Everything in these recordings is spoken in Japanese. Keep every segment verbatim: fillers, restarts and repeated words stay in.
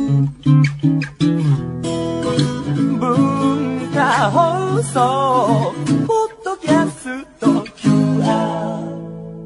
文化放送ポッドキャスト キューアール。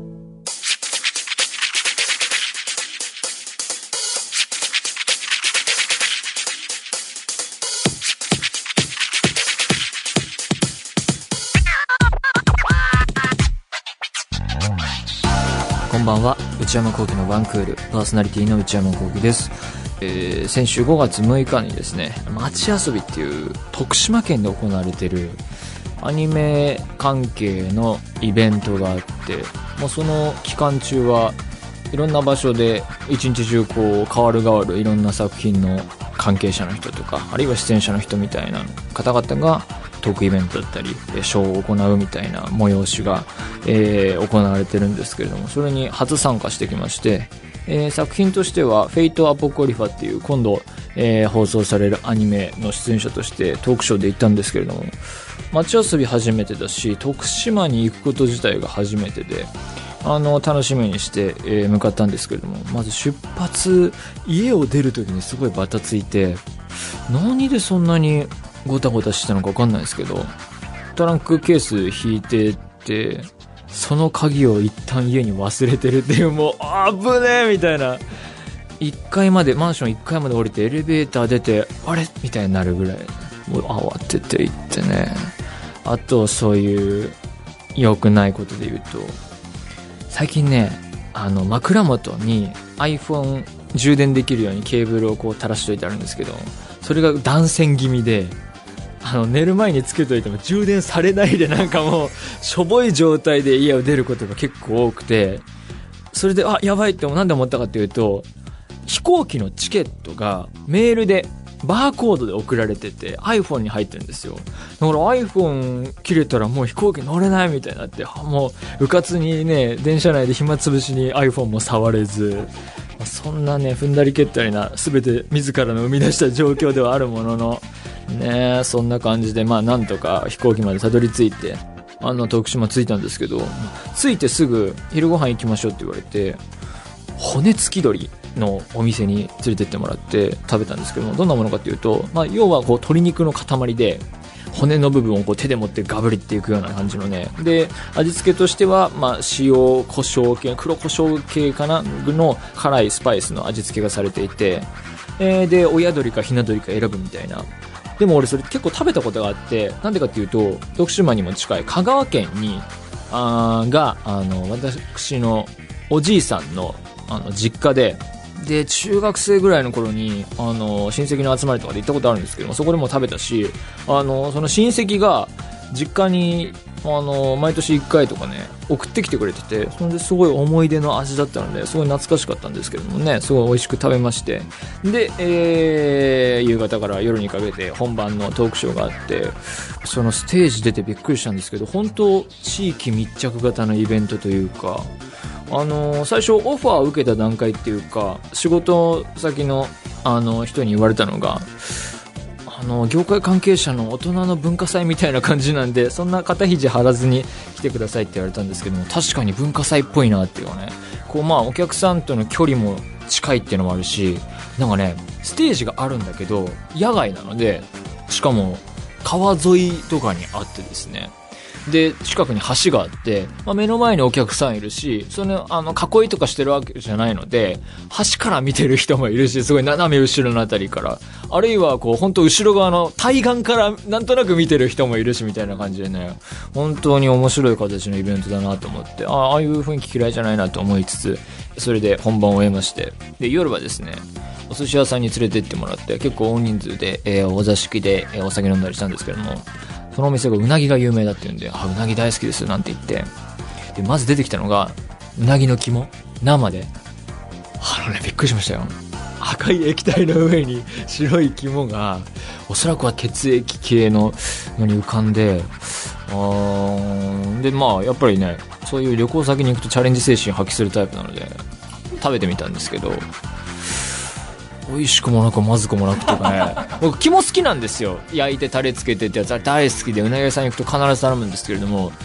こんばんは、内山聖輝のワンクールパーソナリティの内山聖輝です。えー、先週ごがつむいかにですね、街遊びっていう徳島県で行われているアニメ関係のイベントがあって、もうその期間中はいろんな場所で一日中こう変わる変わるいろんな作品の関係者の人とか、あるいは出演者の人みたいな方々がトークイベントだったりショーを行うみたいな催しが、えー、行われてるんですけれども、それに初参加してきまして、えー、作品としてはフェイトアポコリファっていう今度、えー、放送されるアニメの出演者としてトークショーで行ったんですけれども、街遊び初めてだし徳島に行くこと自体が初めてで、あの楽しみにして、えー、向かったんですけれども、まず出発家を出るときにすごいバタついて、何でそんなにゴタゴタしたのか分かんないですけど、トランクケース引いてってその鍵を一旦家に忘れてるっていう、もうあぶねえみたいな、いっかいまでマンションいっかいまで降りてエレベーター出てあれみたいになるぐらいもう慌てて行ってね。あとそういう良くないことで言うと、最近ね、あの枕元に iPhone 充電できるようにケーブルをこう垂らしといてあるんですけど、それが断線気味で、あの寝る前につけといても充電されないで、なんかもうしょぼい状態で家を出ることが結構多くて、それであやばいってなんで思ったかっていうと、飛行機のチケットがメールでバーコードで送られてて iPhone に入ってるんですよ。だから iPhone 切れたらもう飛行機乗れないみたいになって、もううかつにね電車内で暇つぶしに iPhone も触れず、そんなね踏んだり蹴ったりな全て自らの生み出した状況ではあるもののね、そんな感じでまあなんとか飛行機までたどり着いて、あの徳島着いたんですけど、着いてすぐ昼ご飯行きましょうって言われて、骨付き鳥のお店に連れてってもらって食べたんですけども、どんなものかっていうと、まあ、要はこう鶏肉の塊で骨の部分をこう手で持ってガブリっていくような感じのね、で味付けとしては、まあ、塩胡椒系黒胡椒系かなの辛いスパイスの味付けがされていて、えー、で親鳥かひな鳥か選ぶみたいな。でも俺それ結構食べたことがあって、なんでかっていうと徳島にも近い香川県にあがあの私のおじいさんのあの実家で、で中学生ぐらいの頃にあの親戚の集まりとかで行ったことあるんですけども、そこでも食べたし、あのその親戚が実家にあの毎年いっかいとかね送ってきてくれてて、それですごい思い出の味だったのですごい懐かしかったんですけどもね、すごい美味しく食べまして、で、えー、夕方から夜にかけて本番のトークショーがあって、そのステージ出てびっくりしたんですけど、本当地域密着型のイベントというか、あのー、最初オファーを受けた段階っていうか、仕事先の、あの人に言われたのが、あの業界関係者の大人の文化祭みたいな感じなんで、そんな肩肘張らずに来てくださいって言われたんですけども、確かに文化祭っぽいなっていうかね、こうまあお客さんとの距離も近いっていうのもあるし、なんかねステージがあるんだけど野外なので、しかも川沿いとかにあってですね、で近くに橋があって、まあ、目の前にお客さんいるし、そのあの囲いとかしてるわけじゃないので、橋から見てる人もいるし、すごい斜め後ろのあたりから、あるいはこう本当後ろ側の対岸からなんとなく見てる人もいるしみたいな感じでね、本当に面白い形のイベントだなと思って、ああああいう雰囲気嫌いじゃないなと思いつつ、それで本番を終えまして、で夜はですねお寿司屋さんに連れてってもらって、結構大人数で、えー、お座敷で、えー、お酒飲んだりしたんですけども、そのお店がうなぎが有名だっていうんで、あうなぎ大好きですなんて言って、でまず出てきたのがうなぎの肝生で、あのねびっくりしましたよ。赤い液体の上に白い肝がおそらくは血液系ののに浮かんで、あーでまあやっぱりねそういう旅行先に行くとチャレンジ精神発揮するタイプなので食べてみたんですけど、美味しくもなくまずくもなくとかね僕肝好きなんですよ。焼いてタレつけてってやつは大好きで、うなぎ屋さん行くと必ず頼むんですけれども、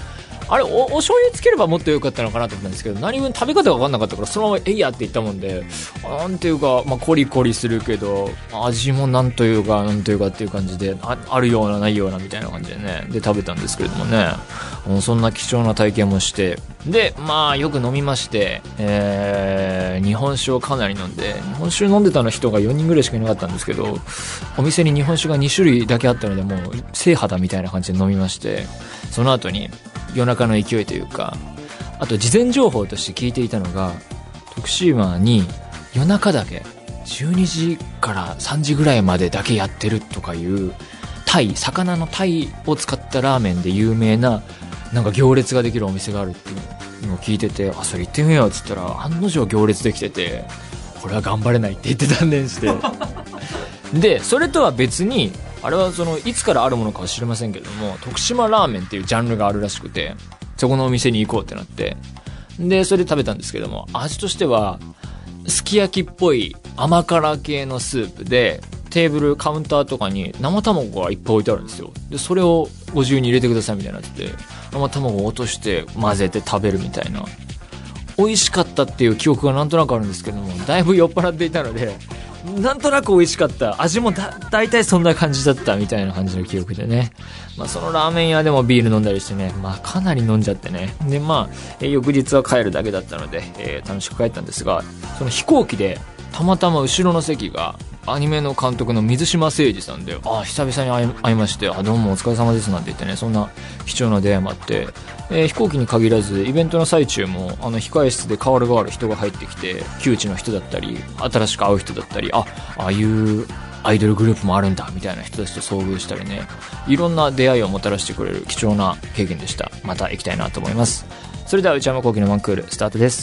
あれ、お、お醤油つければもっと良かったのかなと思ったんですけど、何分食べ方が分かんなかったから、そのままえいやって言ったもんで、なんていうか、まあ、コリコリするけど、味もなんというか、なんというかっていう感じで、あ、あるような、ないようなみたいな感じでね、で食べたんですけれどもね、もうそんな貴重な体験もして、で、まあ、よく飲みまして、えー、日本酒をかなり飲んで、日本酒飲んでたの人がよにんぐらいしかいなかったんですけど、お店に日本酒がに種類だけあったので、もう、制覇だみたいな感じで飲みまして、その後に、夜中の勢いというか、あと事前情報として聞いていたのが、徳島に夜中だけじゅうにじからさんじぐらいまでだけやってるとかいうタイ、魚のタイを使ったラーメンで有名ななんか行列ができるお店があるっていうのを聞いてて、あ、それ行ってみようっつったら案の定行列できてて、これは頑張れないって言って断念してで、それとは別にあれはそのいつからあるものかは知りませんけれども、徳島ラーメンっていうジャンルがあるらしくて、そこのお店に行こうってなって、でそれで食べたんですけども、味としてはすき焼きっぽい甘辛系のスープで、テーブルカウンターとかに生卵がいっぱい置いてあるんですよ。でそれをご自由に入れてくださいみたいになってて、生卵を落として混ぜて食べるみたいな、美味しかったっていう記憶がなんとなくあるんですけども、だいぶ酔っ払っていたので、なんとなく美味しかった、味もだだいたいそんな感じだったみたいな感じの記憶でね、まあ、そのラーメン屋でもビール飲んだりしてね、まあ、かなり飲んじゃってね、でまあ、えー、翌日は帰るだけだったので、えー、楽しく帰ったんですが、その飛行機でたまたま後ろの席がアニメの監督の水島誠二さんで、あ、久々に会い、会いまして、あ、どうもお疲れ様ですなんて言ってね、そんな貴重な出会いもあって、えー、飛行機に限らずイベントの最中もあの控え室で代わる代わる人が入ってきて、旧知の人だったり新しく会う人だったり、あ、ああいうアイドルグループもあるんだみたいな人たちと遭遇したりね、いろんな出会いをもたらしてくれる貴重な経験でした。また行きたいなと思います。それでは内山聖輝のワンクールスタートです。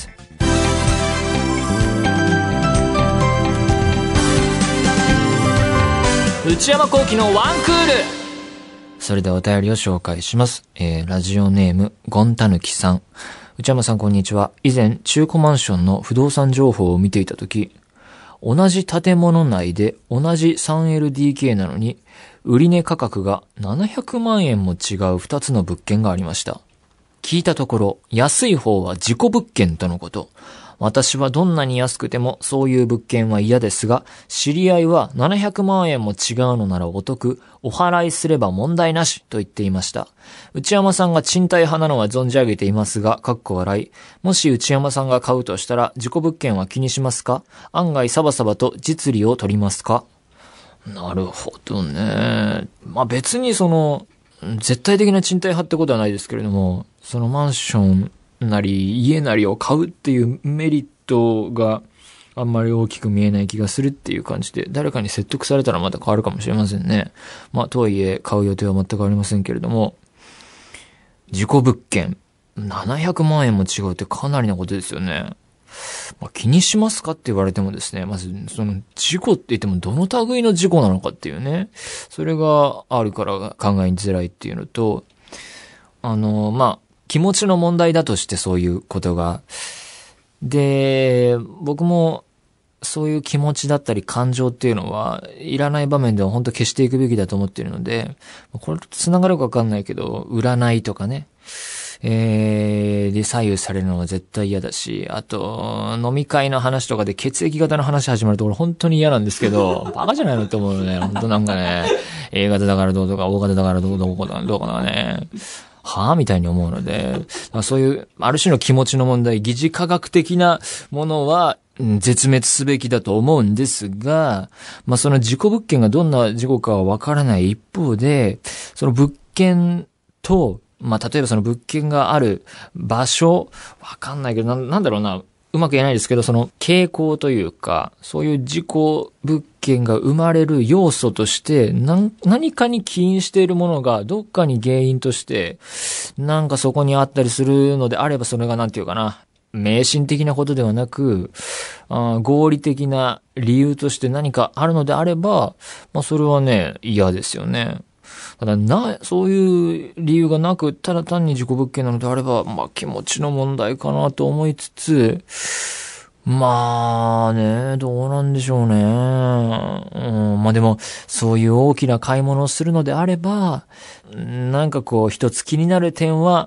内山聖輝のワンクール。それではお便りを紹介します。えー、ラジオネームゴンタヌキさん。内山さんこんにちは。以前中古マンションの不動産情報を見ていたとき、同じ建物内で同じ スリーエルディーケー なのに売値価格がななひゃくまんえんも違うふたつの物件がありました。聞いたところ安い方は事故物件とのこと。私はどんなに安くてもそういう物件は嫌ですが、知り合いはななひゃくまんえんも違うのならお得、お払いすれば問題なしと言っていました。内山さんが賃貸派なのは存じ上げていますが、かっこ笑い。もし内山さんが買うとしたら事故物件は気にしますか？案外サバサバと実利を取りますか？なるほどね。まあ別にその、絶対的な賃貸派ってことはないですけれども、そのマンション、なり家なりを買うっていうメリットがあんまり大きく見えない気がするっていう感じで、誰かに説得されたらまた変わるかもしれませんね。まあとはいえ買う予定は全くありませんけれども、事故物件ななひゃくまんえんも違うってかなりなことですよね。まあ、気にしますかって言われてもですね、まずその事故って言ってもどの類の事故なのかっていうね、それがあるから考えづらいっていうのと、あのまあ気持ちの問題だとして、そういうことが。で、僕もそういう気持ちだったり感情っていうのはいらない場面では本当消していくべきだと思っているので、これと繋がるかわかんないけど、占いとかね、えー、で左右されるのは絶対嫌だし、あと、飲み会の話とかで血液型の話始まると俺本当に嫌なんですけど、バカじゃないのって思うよね。本当なんかね、A 型だからどうとか、O 型だからどうどうかどうかなね。はぁみたいに思うので、そういう、ある種の気持ちの問題、疑似科学的なものは、絶滅すべきだと思うんですが、まあその事故物件がどんな事故かはわからない一方で、その物件と、まあ例えばその物件がある場所、わかんないけど、な、なんだろうな、うまく言えないですけど、その傾向というか、そういう事故物件が生まれる要素として、何、何かに起因しているものがどっかに原因として、なんかそこにあったりするのであれば、それがなんていうかな、迷信的なことではなく、あ合理的な理由として何かあるのであれば、まあそれはね、嫌ですよね。ただな、そういう理由がなく、ただ単に事故物件なのであれば、まあ気持ちの問題かなと思いつつ、まあね、どうなんでしょうね。うん、まあでも、そういう大きな買い物をするのであれば、なんかこう一つ気になる点は、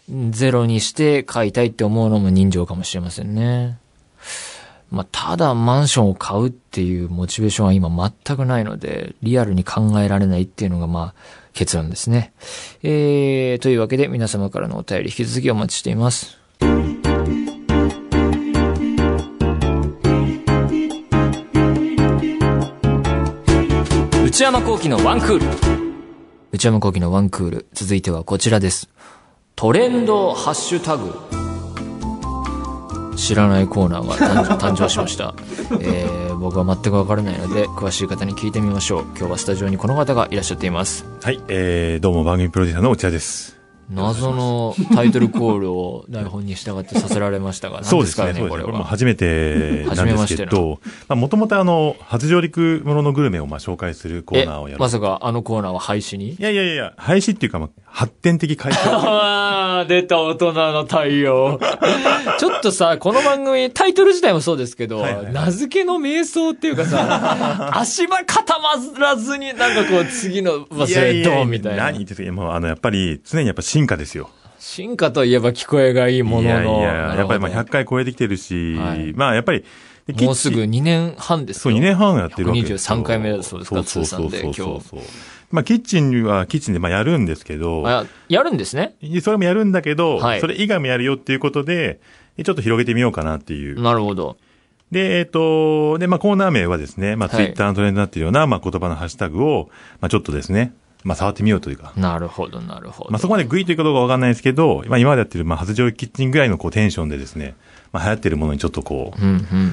ゼロにして買いたいって思うのも人情かもしれませんね。まあ、ただマンションを買うっていうモチベーションは今全くないので、リアルに考えられないっていうのがまあ結論ですね。えー、というわけで皆様からのお便り引き続きお待ちしています。内山聖輝のワンクール。内山聖輝のワンクール。続いてはこちらです。トレンドハッシュタグ。知らないコーナーが誕生しました、えー、僕は全く分からないので詳しい方に聞いてみましょう。今日はスタジオにこの方がいらっしゃっています。 はい、えー、どうも番組プロデューサーの内田です。 謎のタイトルコールを台本に従ってさせられましたが、 そうですね、これは。これも初めてなんですけど、もともとあの、初上陸もののグルメをまあ紹介するコーナーをやる。 まさかあのコーナーは廃止に？ いやいやいや、廃止っていうか、まあ、発展的改革。 ああ、出た大人の対応。ちょっとさ、この番組、タイトル自体もそうですけど、はいはいはい、名付けの瞑想っていうかさ、足場固まらずになんかこう、次の場所へドーンみたいな。 何言ってる？もうあの、やっぱり、常にやっぱ進化ですよ。 進化といえば聞こえがいいものの。いやいや、やっぱりまあひゃっかい超えてきてるし、はい、まあやっぱり、 もうすぐにねんはんですよ。 そう、にねんはんやってるわけですよ。 にじゅうさんかいめだそうですか、通算で今日。 まあキッチンはキッチンでまあやるんですけど。 あ、やるんですね。 それもやるんだけど、 はい、 それ以外もやるよっていうことで、ちょっと広げてみようかなっていう。 なるほど。 で、えっと、で、まあコーナー名はですね、まあツイッターのトレンドになっているような、まあ言葉のハッシュタグを、まあちょっとですね、まあ触ってみようというか。 なるほど、なるほど。 まあそこまでグイというかどうかわかんないですけど、まあ今までやってる、まあ初上陸キッチンぐらいのこうテンションでですね、まあ流行ってるものにちょっとこう、うんうん、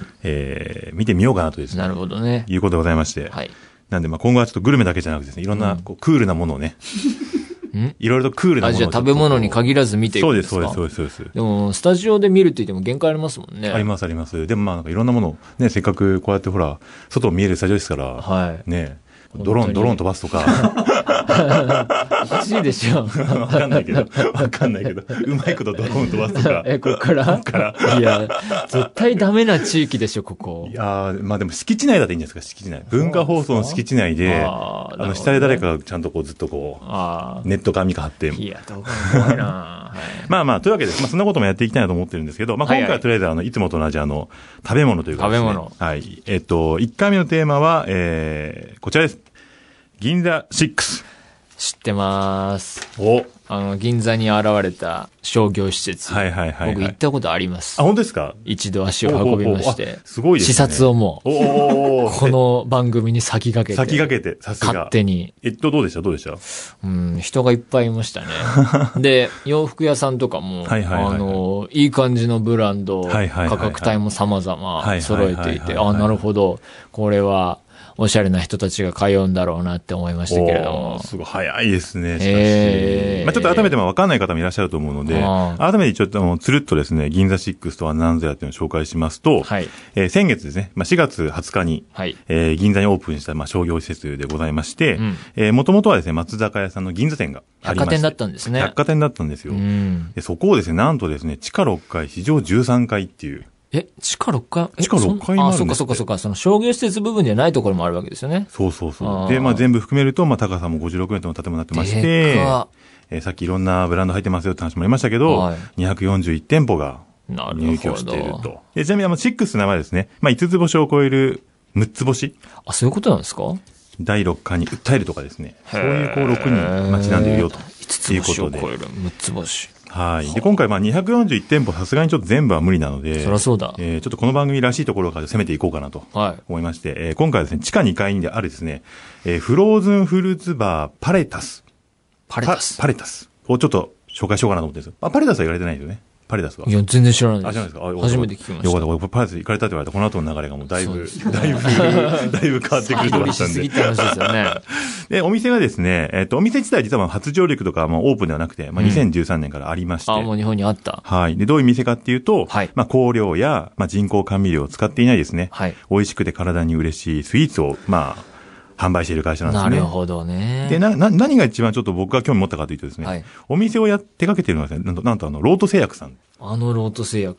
えー、見てみようかなとですね。 なるほどね。 いうことでございまして。 はい。 なんでまあ今後はちょっとグルメだけじゃなくてですね、いろんなこうクールなものをね、うん、いろいろとクールなものを。 あ、じゃあ食べ物に限らず見ていくんですか？ そうです、そうです、そうです、そうです。 でも、スタジオで見るって言っても限界ありますもんね。あります、あります。でもまあなんかいろんなものをね、せっかくこうやってほら、外を見えるスタジオですから、はい。ね、ドローン、ドローン飛ばすとか。 おかしいでしょ。 わかんないけど、わかんないけど、うまいことドローン飛ばすとか。 え、こっからこっから。いや、絶対ダメな地域でしょ、ここ。 いやまあでも敷地内だっていいんじゃないですか、敷地内。文化放送の敷地内で、あの、下で誰かがちゃんとこうずっとこう、ネットか網か張って。 いや、どうか怖いなまあまあ、というわけで、まあそんなこともやっていきたいなと思ってるんですけど、まあ今回はとりあえずあの、いつもと同じあの、食べ物というかですね。 食べ物。 はい。えっと、いっかいめのテーマは、えー、こちらです。銀座シックス。 知ってまーす。 おあの、銀座に現れた商業施設。 はいはいはい、はい。 僕行ったことあります。 あ、本当ですか？ 一度足を運びまして。 おうおうおう、すごいですね。 視察をもう、 おこの番組に先駆けて。 先駆けて、さすが。 勝手に。 えっと、どうでしたどうでしたうん、人がいっぱいいましたね。で、洋服屋さんとかも、はいはいはいはい、あの、いい感じのブランド、はいはいはいはい、価格帯も様々揃えていて、あ、なるほど。これは、おしゃれな人たちが通うんだろうなって思いましたけれども。 すごい早いですね、しかし。えー、まあちょっと改めてわかんない方もいらっしゃると思うので、改めてちょっとつるっとですね、銀座シックスとは何ぞやっていうのを紹介しますと、はい、えー、先月ですね、まあしがつはつかに、はい、えー、銀座にオープンしたまあ商業施設でございまして、うん、えー、もともとはですね、松坂屋さんの銀座店がありまして。百貨店だったんですね。 百貨店だったんですよ。うん、でそこをですね、なんとですね、地下ろっかい、地上じゅうさんかいっていう、 え、地下ろっかい？ 地下ろっかいもあるんです。 あ、そっかそっかそっか。その商業施設部分じゃないところもあるわけですよね。 そうそうそう。で、まあ全部含めると、まあ高さもごじゅうろくメートルの建物になってまして、えー、さっきいろんなブランド入ってますよって話もありましたけど、はい、にひゃくよんじゅういち店舗が入居していると。でちなみにあの、シックスの名前ですね。まあいつつ星を超えるむっつ星。 あ、そういうことなんですか？ だいろっかいに訴えるとかですね。そういうこうろくにんちなんでいるよと。 いつつ星を超えるむっつ星。 はい。で、今回まあにひゃくよんじゅういち店舗さすがにちょっと全部は無理なので。 そりゃそうだ。 えー、ちょっとこの番組らしいところから攻めていこうかなと思いまして、はい、えー、今回はですね、地下にかいにであるですね、えー、フローズンフルーツバーパレタス。 パレタス。 パ, パレタスをちょっと紹介しようかなと思ってるんですよ。あ、パレタスは言われてないんですよね。パレタスは。 いや、全然知らないです。 あ、知らないですか？あ、 初めて聞きました。 よかった。パレタス行かれたって言われたこの後の流れがもうだいぶ、だいぶ、だいぶ変わってくると思ったんで。 先取りしすぎって話ですよね。 で、お店がですね、えっと、お店自体実は初上陸とかもオープンではなくて、まあ、にせんじゅうさんねんからありまして、うん。 あ、もう日本にあった。 はい。で、どういう店かっていうと、はい。まあ、香料や、まあ、人工甘味料を使っていないですね。はい。美味しくて体に嬉しいスイーツを、まあ、販売している会社なんですね。 なるほどね。 で、な、な、何が一番ちょっと僕が興味持ったかというとですね、はい、お店をやってかけているのはですね、なんと、なんとあの、ロート製薬さん。 あのロート製薬。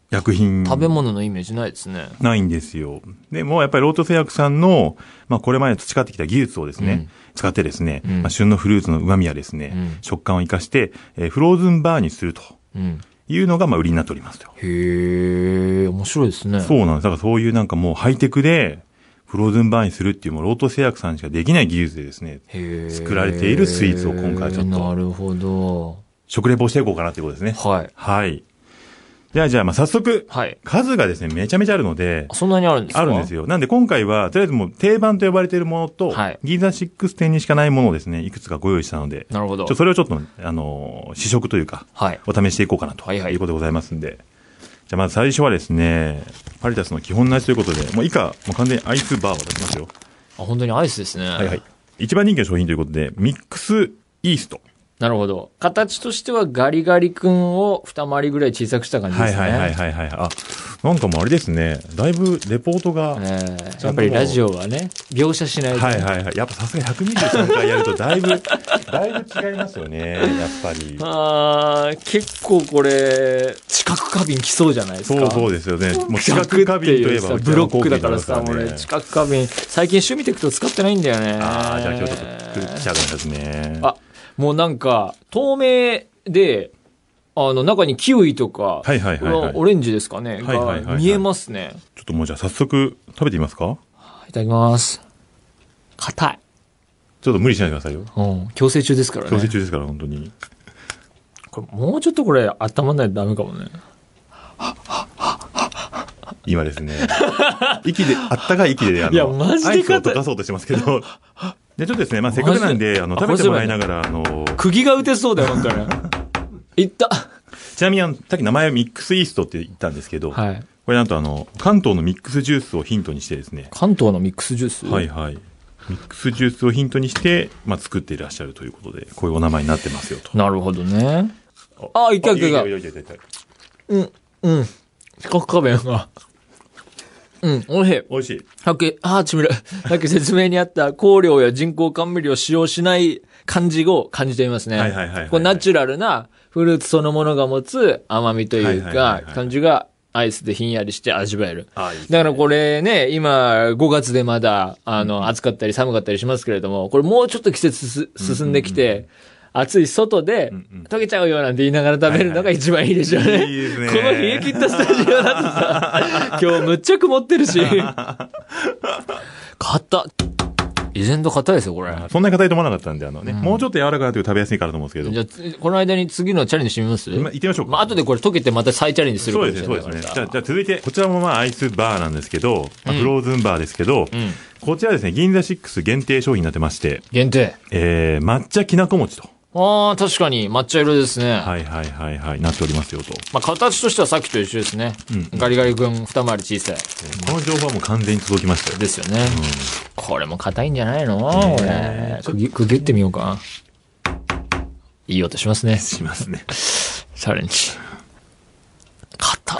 薬品。 食べ物のイメージないですね。 ないんですよ。でもやっぱりロート製薬さんの、まあこれまで培ってきた技術をですね、うん、使ってですね、うん、まあ旬のフルーツの旨味やですね、うん、食感を生かして、えー、フローズンバーにすると。うんいうのが、まあ、売りになっておりますよ。 へえ、面白いですね。 そうなんです。だからそういうなんかもうハイテクで、フローズンバーにするっていうもうロート製薬さんしかできない技術でですね、作られているスイーツを今回ちょっと。 なるほど。 食レポしていこうかなということですね。 はい。 はい。じゃあじゃあ、まあ、早速。はい。数がですね、めちゃめちゃあるので。 そんなにあるんですか？ あるんですよ。なんで今回は、とりあえずもう定番と呼ばれているものと、はい。銀座ろく店にしかないものをですね、いくつかご用意したので。 なるほど。 ちょそれをちょっと、あのー、試食というか、はい。お試ししていこうかなと。はいはい。いうことでございますんで。じゃあまず最初はですね、パリタスの基本の味ということで、もう以下、もう完全にアイスバーを出しますよ。 あ、本当にアイスですね。 はいはい。一番人気の商品ということで、ミックスイースト。 なるほど。形としてはガリガリ君を二回りぐらい小さくした感じですね。 はいはいはいはい。あ、なんかもうあれですね。だいぶレポートが。 えー、やっぱりラジオはね、描写しないと。 はいはいはい。やっぱさすがにひゃくにじゅうさんかいやるとだいぶ、だいぶ違いますよね。やっぱり。 あー、結構これ、知覚過敏来そうじゃないですか。 そうそうですよね。もう知覚過敏といえば、 ブロックだからさ、俺、知覚過敏、最近趣味テクト使ってないんだよね。 あー、じゃあ今日ちょっと作っちゃうんですね。 あ、もうなんか、透明で、あの、中にキウイとか、 はいはいはい、はい。 オレンジですかね。はいはいはい、はい。見えますね。 ちょっともうじゃあ早速食べてみますか？ いただきます。硬い。 ちょっと無理しないでくださいよ。 うん。強制中ですからね。 強制中ですから、本当に。 これ、もうちょっとこれ、温まんないとダメかもね。 今ですね。息で、あったかい息で、あの、 いや、マジでアイスを溶かそうとしてますけど。で、ちょっとですね、まあ、せっかくなんで、あの、食べてもらいながら、あの、 釘が打てそうだよ、本当に。いった。 ちなみに、あの、さっき名前はミックスイーストって言ったんですけど、はい。これなんとあの、関東のミックスジュースをヒントにしてですね。 関東のミックスジュース？ はいはい。ミックスジュースをヒントにして、まあ、作っていらっしゃるということで、こういうお名前になってますよと。 なるほどね。あ、いけいけいけ。うん、うん。知覚過敏が。うん、美味しい。 美味しい。 さっき、あー、ちみる。さっき説明にあった香料や人工甘味料を使用しない感じを感じていますね。はいはいはい、はい。これナチュラルなフルーツそのものが持つ甘みというか、感じがアイスでひんやりして味わえる。あ、いいですね。だからこれね、今ごがつでまだ、あの、うん、暑かったり寒かったりしますけれども、これもうちょっと季節進んできて、うんうんうん、暑い外で、溶けちゃうよなんて言いながら食べるのが一番いいでしょうね。はいはい、いいですね。この冷え切ったスタジオだとさ、今日むっちゃ曇ってるし。硬っ。依然と硬いですよ、これ。 そんなに硬いと思わなかったんで、あのね、うん、もうちょっと柔らかくなって食べやすいからと思うんですけど。 じゃあ、この間に次のチャレンジしてみます？ 今、行ってみましょうか。 まあ、後でこれ溶けてまた再チャレンジするかもしれない。 そうですね、そうですね。じゃあ、じゃあ続いて、こちらもまあアイスバーなんですけど、まあ、フローズンバーですけど、うん、こちらですね、銀座ろく限定商品になってまして。 限定？ えー、抹茶きなこ餅と。 ああ、確かに抹茶色ですね。 はいはいはいはい、なっておりますよと。 まあ、形としてはさっきと一緒ですね。うん、ガリガリ君二回り小さい。 この情報はもう完全に届きましたよ。 ですよね。うん、これも硬いんじゃないの？これ。くぎ、くぎってみようか。いい音しますね。 しますね。 チャレンジ。硬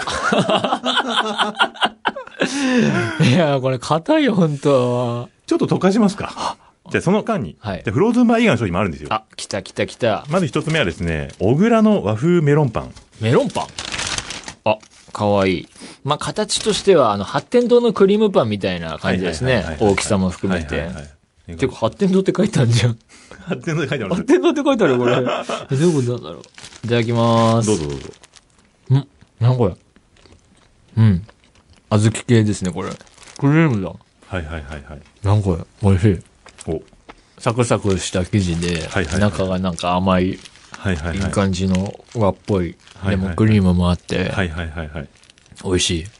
いや、これ硬いよ、ほんと。 ちょっと溶かしますか。じゃあその間に、はい、じゃフローズンバー以外の商品もあるんですよ。 あ、来た来た来た。 まず一つ目はですね、小倉の和風メロンパン。 メロンパン？あ、かわいい。まあ、形としては、あの、八天堂のクリームパンみたいな感じですね。大きさも含めて。はいはいはい、てか、八天堂って書いてあるじゃん。 八天堂って書いてある。 八天堂って書いてあるこれ。え、どういうことなんだろう。いただきまーす。 どうぞどうぞ。 ん？なんこれ。うん。小豆系ですね、これ。クリームだ。 はいはいはいはい。 なんこれ。美味しい。おサクサクした生地で、はいはいはい、中がなんか甘い、はいはいはい、いい感じの和っぽい、はいはいはい、でもクリームもあって、はいはいはいはい、美味しい。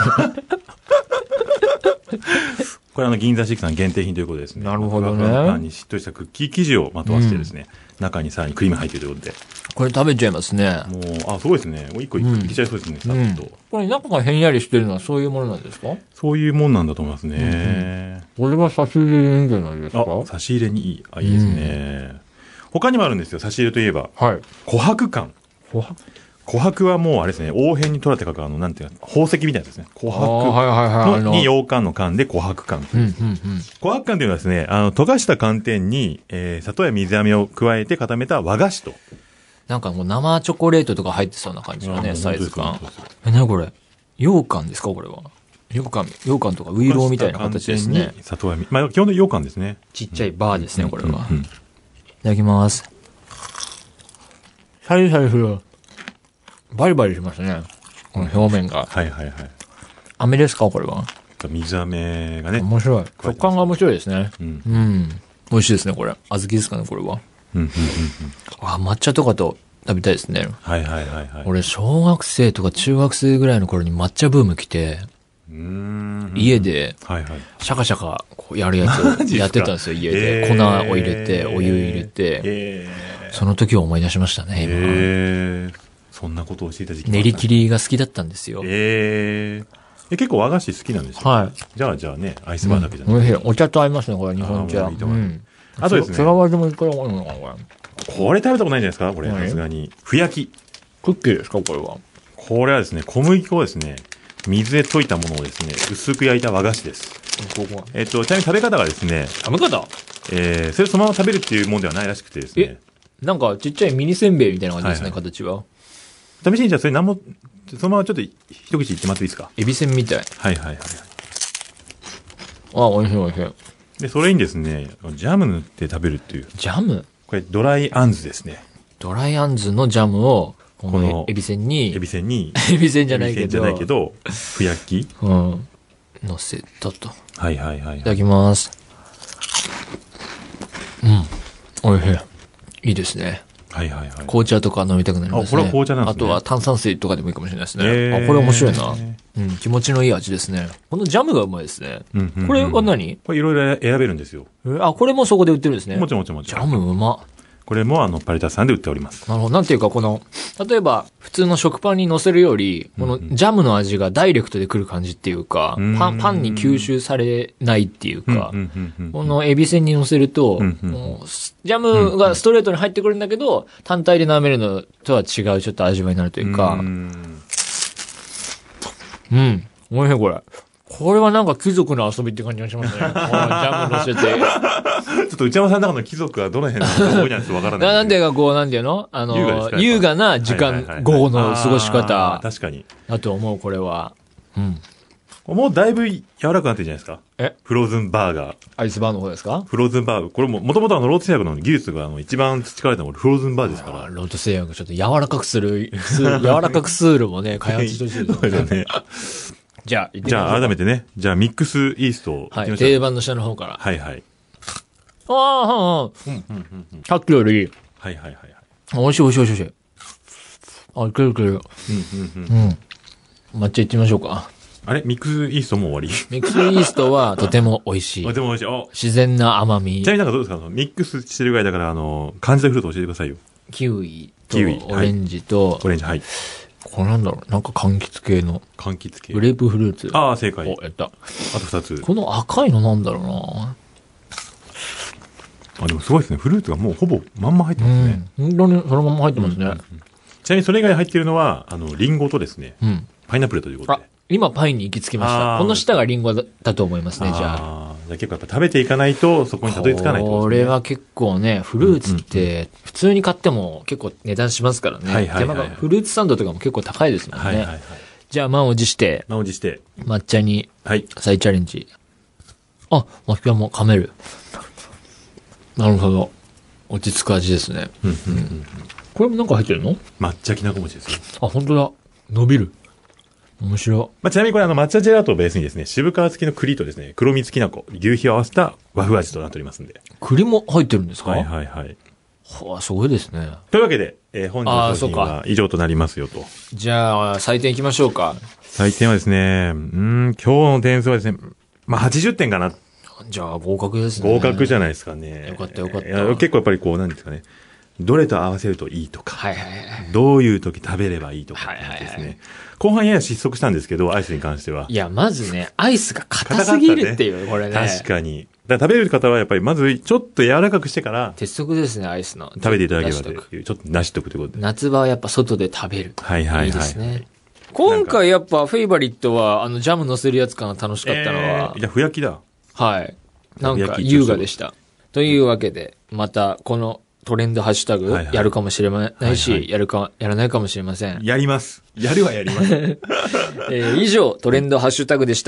これあの銀座ろくさん限定品ということですね。 なるほどね。 パンにしっとりしたクッキー生地をまとわせてですね、うん、中にさらにクリーム入っているということで。 これ食べちゃいますね。 もう、あ、すごいですね。もう一個いけちゃいそうですね、さっと、うん。 これ中がへんやりしてるのはそういうものなんですか？ そういうもんなんだと思いますね。 うんうん、これは差し入れにいいんじゃないですか？ あ、差し入れにいい。あ、いいですね。うん、他にもあるんですよ、差し入れといえば。はい。琥珀感。琥珀琥珀はもうあれですね、王辺に取られて書くあの、なんていうか、宝石みたいなですね。琥珀の、はいはいはい、に羊羹の羹で琥珀羹、うんうんうん。琥珀羹というのはですね、あの、溶かした寒天に、えー、砂糖や水飴を加えて固めた和菓子となんかもう生チョコレートとか入ってそうな感じのね、サイズ感。え、なにこれ羊羹ですかこれは。羊羹、羊羹とかウイローみたいな形ですね。 里飴。まあ、基本的に羊羹ですね。 ちっちゃいバーですね、うん、これは、うんうん。いただきます。シャリシャリする。バリバリしますね。この表面が。 はいはいはい。 飴ですかこれは。 水飴がね。 面白い。食感が面白いですね。うん。うん。美味しいですね、これ。小豆ですかね、これは。うんうんうんうん。あ、抹茶とかと食べたいですね。 はいはいはいはい。 俺、小学生とか中学生ぐらいの頃に抹茶ブーム来て、うーん家で、はいはい。シャカシャカこうやるやつをやってたんですよ、家で。粉を入れて、お湯入れて、その時を思い出しましたね、今。 へー。そんなことをしていた時期。 練り切りが好きだったんですよ。 へー。え、結構和菓子好きなんですよ。 はい。 じゃあじゃあね、アイスバーだけじゃなくて。お茶と合いますね、これ、日本茶。あ、いいと思います。 あとですね。 それはでもいくらもあるのかな、これ。 これ食べたことないんじゃないですかこれ、さすがに。ふ焼き。 クッキーですかこれは。 これはですね、小麦粉をですね、水で溶いたものをですね、薄く焼いた和菓子です。えっと、ちなみに食べ方がですね。 食べ方えー、それそのまま食べるっていうもんではないらしくてですね。 えなんかちっちゃいミニせんべいみたいな感じですね、はいはい、形は。 試しにじゃあそれ何も、そのままちょっと一口いってもらっていいですかエビせんみたい。 はいはいはい。 あ、美味しい美味しい。 で、それにですね、ジャム塗って食べるっていう。 ジャムこれドライあんずですね。 ドライあんずのジャムを、このエビせんに、 エビせんに、 エビせんじゃないけど、 エビせんじゃないけど、ふ焼きうん。乗せたと。 はいはいはい、はい。いただきます。うん。美味しい。いいですね。 はいはいはい。 紅茶とか飲みたくなりますね。 あ、これは紅茶なんですね。 あとは炭酸水とかでもいいかもしれないですね。えー、あ、これ面白いな。うん、気持ちのいい味ですね。このジャムがうまいですね。うんうんうん、これは何これいろいろ選べるんですよ。 えー、あ、これもそこで売ってるんですね。 もちろんもちろんもちろん。ジャムうま。 これもあのパレタさんで売っております。 なるほど。なんていうかこの、例えば普通の食パンに乗せるより、このジャムの味がダイレクトで来る感じっていうか、うんうん、パン、パンに吸収されないっていうか、うんうんうんうん、このエビせんに乗せると、うんうん、もうジャムがストレートに入ってくるんだけど、単体で舐めるのとは違うちょっと味わいになるというか、うん、うん。おいしいこれ。これはなんか貴族の遊びって感じがしますね。ジャム乗せて。 ちょっと内山さんの中の貴族はどの辺のところにあるかわからない。 なんでかこう、なんていうのあの、優雅な時間、午後の過ごし方。 確かに。 だと思う、これは。うん。 もうだいぶ柔らかくなってるじゃないですか。 えフローズンバーガー。 アイスバーの方ですかフローズンバーガー。これも、もともとあの、ロート製薬の技術があの、一番培われたのがフローズンバーですから。 ロート製薬ちょっと柔らかくする、柔らかくスールもね、開発してほしいですね。じゃあ、 じゃあ、改めてね。じゃあ、ミックスイーストを。 はい。定番の下の方から。 はいはい。 ああ、はあ、はあ。うん、うん、うん。さっきより。 はいはいはい。 美味しい美味しい美味しい。あ、いけるいける。うん、うん、うん。うん。抹茶いってみましょうか。 あれミックスイーストも終わりミックスイーストはとても美味しい。 とても美味しい。 自然な甘み。 ちなみになんかどうですかミックスしてるぐらいだから、あの、漢字のフルート教えてくださいよ。 キウイとオレンジと、 はい、オレンジ、はい。 これなんだろうなんか柑橘系の。 柑橘系。 グレープフルーツ。 ああ、正解。 お、やった。あと二つ。 この赤いのなんだろうなあ、でもすごいですね。フルーツがもうほぼまんま入ってますね。 うん。本当にそのまま入ってますね。うんうんうん、 ちなみにそれ以外入ってるのは、あの、リンゴとですね、うん、パイナップルということで。 あ、今パインに行き着きました。この下がリンゴだ, だと思いますね、じゃあ。 じゃあ結構やっぱ食べていかないとそこにたどり着かないと、ね。 これは結構ね、フルーツって普通に買っても結構値段しますからね。はいはいはいはい、フルーツサンドとかも結構高いですもんね。はいはいはい、じゃあ満を持して。 満を持して。 抹茶に再チャレンジ。はい、あ、抹茶も噛める。なるほど。落ち着く味ですね。うんうんうん、これもなんか入ってるの？ 抹茶きなこ餅ですよ。 あ、本当だ。伸びる。面白い。 まあ、ちなみにこれあの抹茶ジェラートをベースにですね、渋皮付きの栗とですね、黒蜜きなこ、牛皮を合わせた和風味となっておりますんで。 栗も入ってるんですか？ はいはいはい。 はあ、すごいですね。 というわけで、えー、本日の商品は以上となりますよと。 じゃあ、採点いきましょうか。 採点はですね、うん、今日の点数はですね、まあ、はちじゅってんかな。 じゃあ、合格ですね。 合格じゃないですかね。 よかったよかった。 結構やっぱりこう、なんですかね。どれと合わせるといいとか、はいはいはい、どういう時食べればいいとかですね、はいはいはい、後半やや失速したんですけど、アイスに関しては。 いや、まずね、アイスが硬すぎるっていう、ね、これね。 確かに。だから食べる方はやっぱりまずちょっと柔らかくしてから、 鉄則ですね、アイスの。 食べていただければという、ちょっと出しとくということで。 夏場はやっぱ外で食べる。 はいはいはい。いいですね。今回やっぱフェイバリットは、あの、ジャム乗せるやつかな、楽しかったのは。 えー、じゃあ、ふやきだ。 はい。なんか優雅でした。というわけで、またこの、 トレンドハッシュタグやるかもしれないし、はいはい、やるか、やらないかもしれません。 やります。やるはやります。 えー、以上、トレンドハッシュタグでした。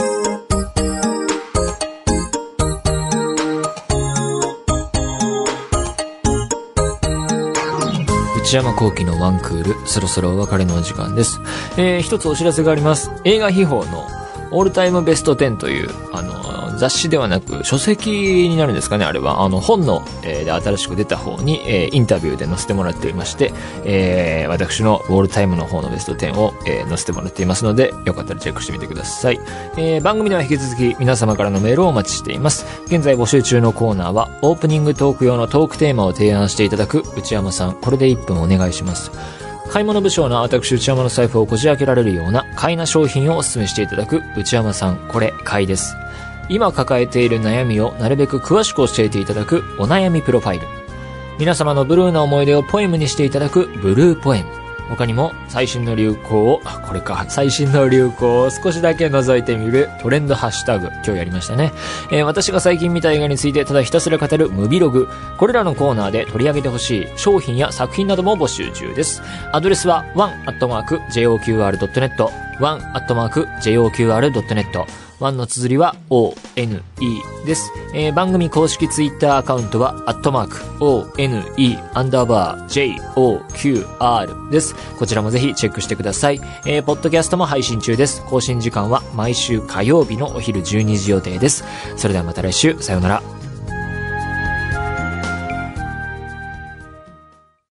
内山聖輝のワンクール、そろそろお別れのお時間です。えー、一つお知らせがあります。映画秘宝のオールタイムベストテンという、あの、雑誌ではなく書籍になるんですかね、あれは。あの、本の、えー、で新しく出た方に、えー、インタビューで載せてもらっていまして、えー、私のオールタイムの方のベストテンを、えー、載せてもらっていますので、よかったらチェックしてみてください。えー、番組では引き続き皆様からのメールをお待ちしています。現在募集中のコーナーは、オープニングトーク用のトークテーマを提案していただく内山さん、これでいっぷんお願いします。買い物不詳な私内山の財布をこじ開けられるような買いな商品をお勧めしていただく内山さん、これ買いです。今抱えている悩みをなるべく詳しく教えていただくお悩みプロファイル。皆様のブルーな思い出をポエムにしていただくブルーポエム。他にも最新の流行を、これか、最新の流行を少しだけ覗いてみるトレンドハッシュタグ。今日やりましたね。えー、私が最近見た映画についてただひたすら語るムビログ。これらのコーナーで取り上げてほしい商品や作品なども募集中です。アドレスは ワン アットマーク ジェイオーキューアール ドットネット ワン アットマーク ジェイオーキューアール ドットネットワンの綴りは オーエヌイー です。えー、番組公式ツイッターアカウントは、アットマーク、オーエヌイー、アンダーバー、ジェイオーキューアール です。こちらもぜひチェックしてください。えー、ポッドキャストも配信中です。更新時間は毎週火曜日のお昼じゅうにじ予定です。それではまた来週、さようなら。